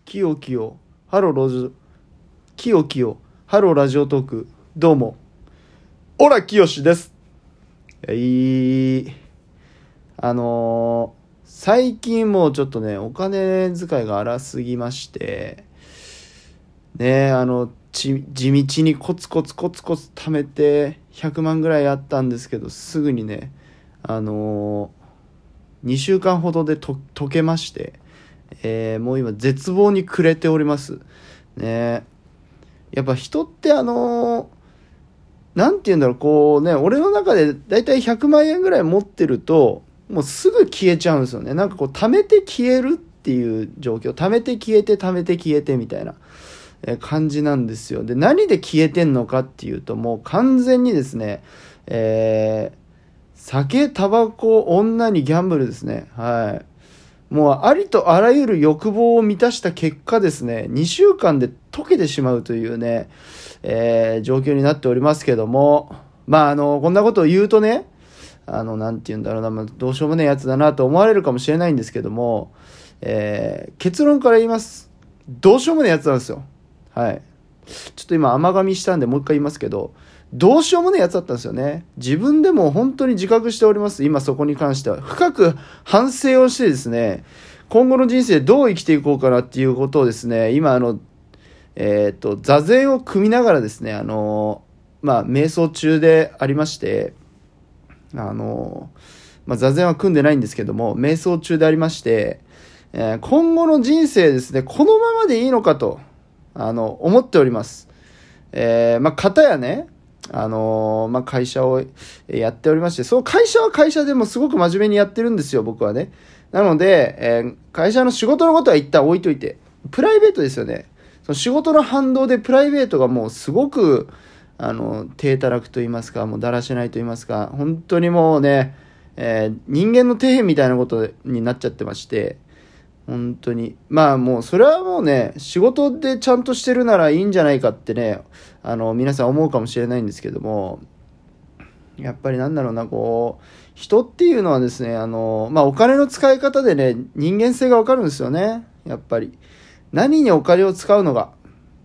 きよきよハローラジオきよきよハローラジオトーク、どうもオラきよしです。最近もうちょっとね、お金遣いが荒すぎましてね、地道にコツコツ貯めて100万ぐらいあったんですけど、すぐにね、2週間ほどで溶けまして、もう今絶望に暮れておりますね。やっぱ人ってなんて言うんだろう、こうね、俺の中でだいたい100万円ぐらい持ってるともうすぐ消えちゃうんですよね。なんかこう貯めて消えるっていう状況、貯めて消えて貯めて消えてみたいな感じなんですよ。で、何で消えてんのかっていうと、もう完全にですね、酒、タバコ、女にギャンブルですね。はい。もうありとあらゆる欲望を満たした結果ですね、2週間で溶けてしまうというね、状況になっておりますけども、こんなことを言うとね、なんて言うんだろうな、どうしようもねえやつだなと思われるかもしれないんですけども、結論から言います。どうしようもねえやつなんですよ。はい。ちょっと今甘噛みしたんでもう一回言いますけど、どうしようもねえやつだったんですよね。自分でも本当に自覚しております。今そこに関しては深く反省をしてですね、今後の人生どう生きていこうかなっていうことをですね、今座禅を組みながらですね、瞑想中でありまして、座禅は組んでないんですけども、瞑想中でありまして、今後の人生ですね、このままでいいのかと思っております。片やね、会社をやっておりまして、その会社は会社でもすごく真面目にやってるんですよ、僕はね。なので、会社の仕事のことは一旦置いといて、プライベートですよね。その仕事の反動でプライベートがもうすごく、低たらくと言いますか、もうだらしないと言いますか、本当にもうね、人間の底辺みたいなことになっちゃってまして、本当にもうそれはもうね、仕事でちゃんとしてるならいいんじゃないかってね、皆さん思うかもしれないんですけども、やっぱりなんだろうな、こう人っていうのはですね、お金の使い方でね、人間性がわかるんですよね。やっぱり何にお金を使うのが、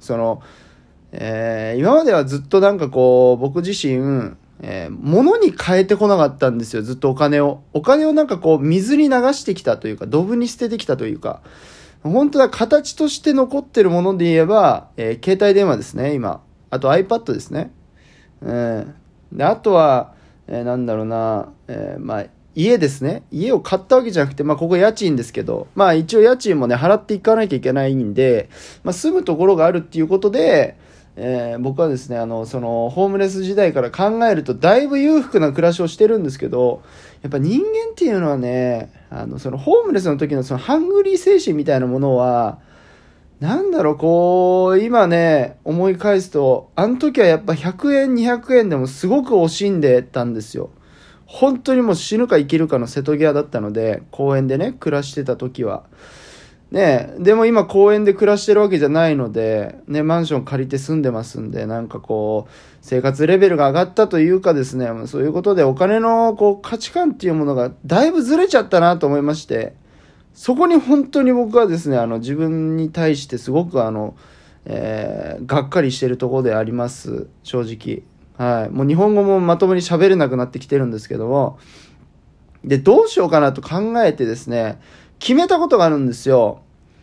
今まではずっとなんかこう僕自身物に変えてこなかったんですよ。ずっとお金をなんかこう水に流してきたというか、ドブに捨ててきたというか、本当は形として残ってるもので言えば、携帯電話ですね、今。あと iPad ですね。で、あとは、なんだろうな、家ですね。家を買ったわけじゃなくて、ここ家賃ですけど、一応家賃もね、払っていかなきゃいけないんで、住むところがあるっていうことで、僕はですね、ホームレス時代から考えるとだいぶ裕福な暮らしをしてるんですけど、やっぱ人間っていうのはね、ホームレスの時のそのハングリー精神みたいなものは、なんだろう、こう今ね思い返すと、あの時はやっぱ100円200円でもすごく惜しんでたんですよ。本当にもう死ぬか生きるかの瀬戸際だったので、公園でね暮らしてた時はね。でも今公園で暮らしてるわけじゃないのでね、マンション借りて住んでますんで、なんかこう生活レベルが上がったというかですね、そういうことでお金のこう価値観っていうものがだいぶずれちゃったなと思いまして、そこに本当に僕はですね、自分に対してすごくがっかりしてるところであります、正直。はい。もう日本語もまともに喋れなくなってきてるんですけども、で、どうしようかなと考えてですね、決めたことがあるんですよ。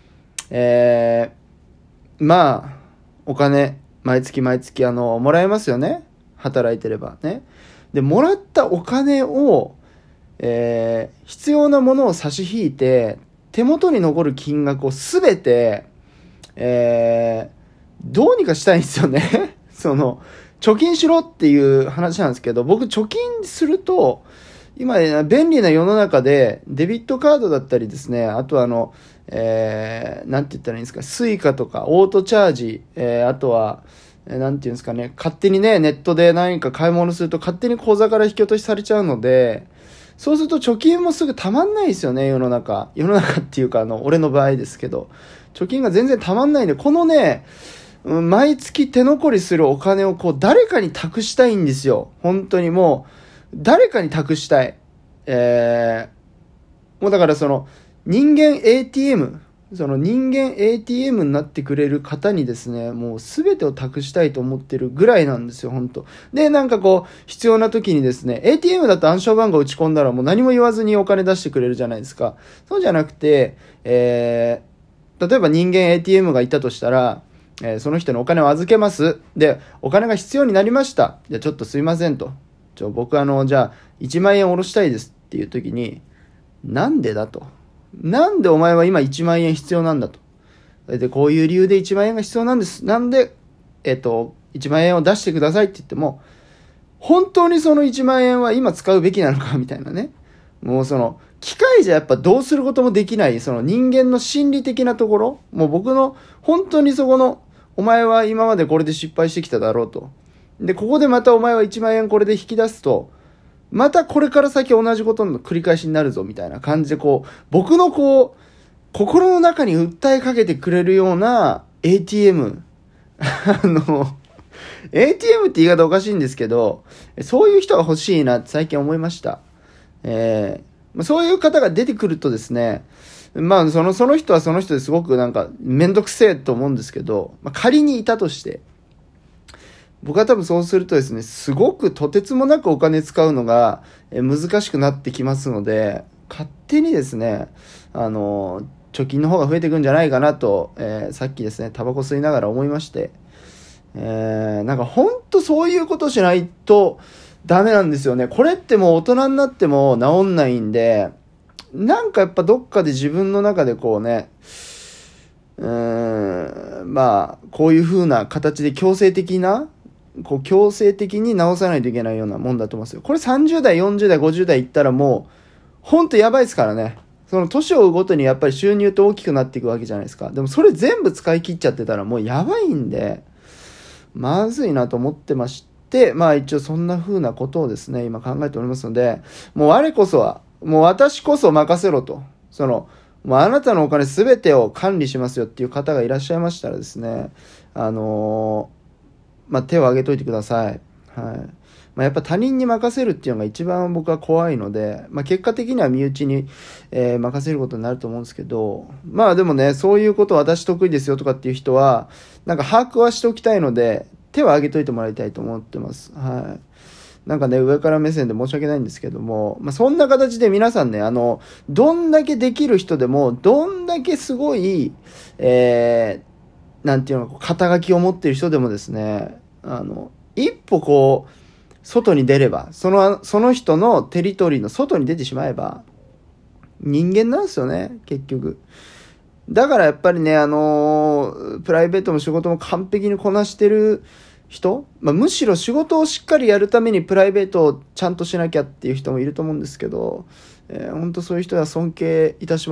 お金、毎月もらえますよね。働いてればね。で、もらったお金を、必要なものを差し引いて、手元に残る金額をすべて、どうにかしたいんですよね。貯金しろっていう話なんですけど、僕貯金すると、今、便利な世の中でデビットカードだったりですね、あとなんて言ったらいいんですか、スイカとかオートチャージ、あとはなんていうんですかね、勝手にねネットで何か買い物すると勝手に口座から引き落としされちゃうので、そうすると貯金もすぐたまんないですよね。世の中っていうか俺の場合ですけど、貯金が全然たまんないんで、このね、毎月手残りするお金をこう誰かに託したいんですよ。本当にもう誰かに託したい。もうだから人間 ATM その人間 ATM になってくれる方にですね、もう全てを託したいと思ってるぐらいなんですよ、本当で、なんかこう、必要な時にですね、ATM だと暗証番号打ち込んだらもう何も言わずにお金出してくれるじゃないですか。そうじゃなくて、例えば人間 ATM がいたとしたら、その人にお金を預けます。で、お金が必要になりました。じゃあちょっとすいませんと。僕じゃあ1万円下ろしたいですっていう時に、なんでだと。なんでお前は今1万円必要なんだと。で、こういう理由で1万円が必要なんです。なんで、1万円を出してくださいって言っても、本当にその1万円は今使うべきなのかみたいなね。もう機械じゃやっぱどうすることもできない、その人間の心理的なところ、もう僕の本当にそこの、お前は今までこれで失敗してきただろうと。で、ここでまたお前は1万円これで引き出すと、またこれから先同じことの繰り返しになるぞみたいな感じで僕の心の中に訴えかけてくれるような ATM。ATM って言い方おかしいんですけど、そういう人が欲しいなって最近思いました。そういう方が出てくるとですね、その人はその人ですごくなんかめんどくせえと思うんですけど、仮にいたとして、僕は多分そうするとですね、すごくとてつもなくお金使うのが難しくなってきますので、勝手にですね、貯金の方が増えていくんじゃないかなと、さっきですね、タバコ吸いながら思いまして、なんか本当そういうことしないとダメなんですよね。これってもう大人になっても治んないんで、なんかやっぱどっかで自分の中でこういう風な形で強制的に直さないといけないようなもんだと思うんですよ。これ30代、40代、50代いったらもう、ほんとやばいですからね。その年を追うごとにやっぱり収入って大きくなっていくわけじゃないですか。でもそれ全部使い切っちゃってたらもうやばいんで、まずいなと思ってまして、一応そんな風なことをですね、今考えておりますので、もう私こそ任せろと。もうあなたのお金すべてを管理しますよっていう方がいらっしゃいましたらですね、手を挙げといてください。はい。やっぱ他人に任せるっていうのが一番僕は怖いので、結果的には身内に、任せることになると思うんですけど、でもね、そういうこと私得意ですよとかっていう人は、なんか把握はしておきたいので、手を挙げといてもらいたいと思ってます。はい。なんかね、上から目線で申し訳ないんですけども、そんな形で皆さんね、どんだけできる人でも、どんだけすごい、なんていうの、肩書きを持っている人でもですね、一歩外に出れば、その人のテリトリーの外に出てしまえば、人間なんですよね、結局。だからやっぱりね、プライベートも仕事も完璧にこなしてる人、むしろ仕事をしっかりやるためにプライベートをちゃんとしなきゃっていう人もいると思うんですけど、本当そういう人は尊敬いたします。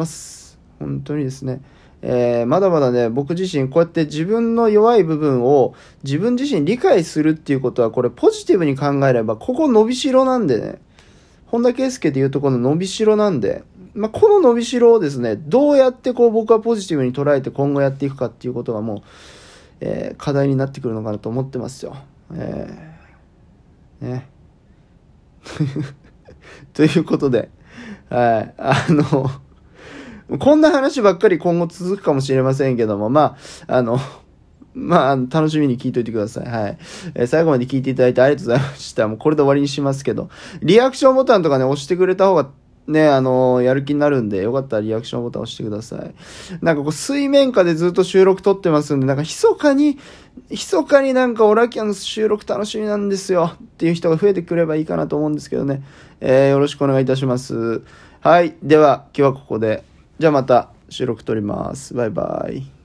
本当にですね。まだまだね、僕自身こうやって自分の弱い部分を自分自身理解するっていうことは、これポジティブに考えれば、ここ伸びしろなんでね、本田圭佑でいうとこの伸びしろなんで、この伸びしろをですね、どうやって僕はポジティブに捉えて今後やっていくかっていうことがもう、課題になってくるのかなと思ってますよ。ね。ということで、はい。こんな話ばっかり今後続くかもしれませんけども、楽しみに聞いといてください。はい。最後まで聞いていただいてありがとうございました。もうこれで終わりにしますけど、リアクションボタンとかね、押してくれた方がね、やる気になるんで、よかったらリアクションボタン押してください。なんか水面下でずっと収録撮ってますんで、なんか密かになんかオラキャンの収録楽しみなんですよっていう人が増えてくればいいかなと思うんですけどね。よろしくお願いいたします。はい。では、今日はここで。じゃあまた収録撮ります。バイバイ。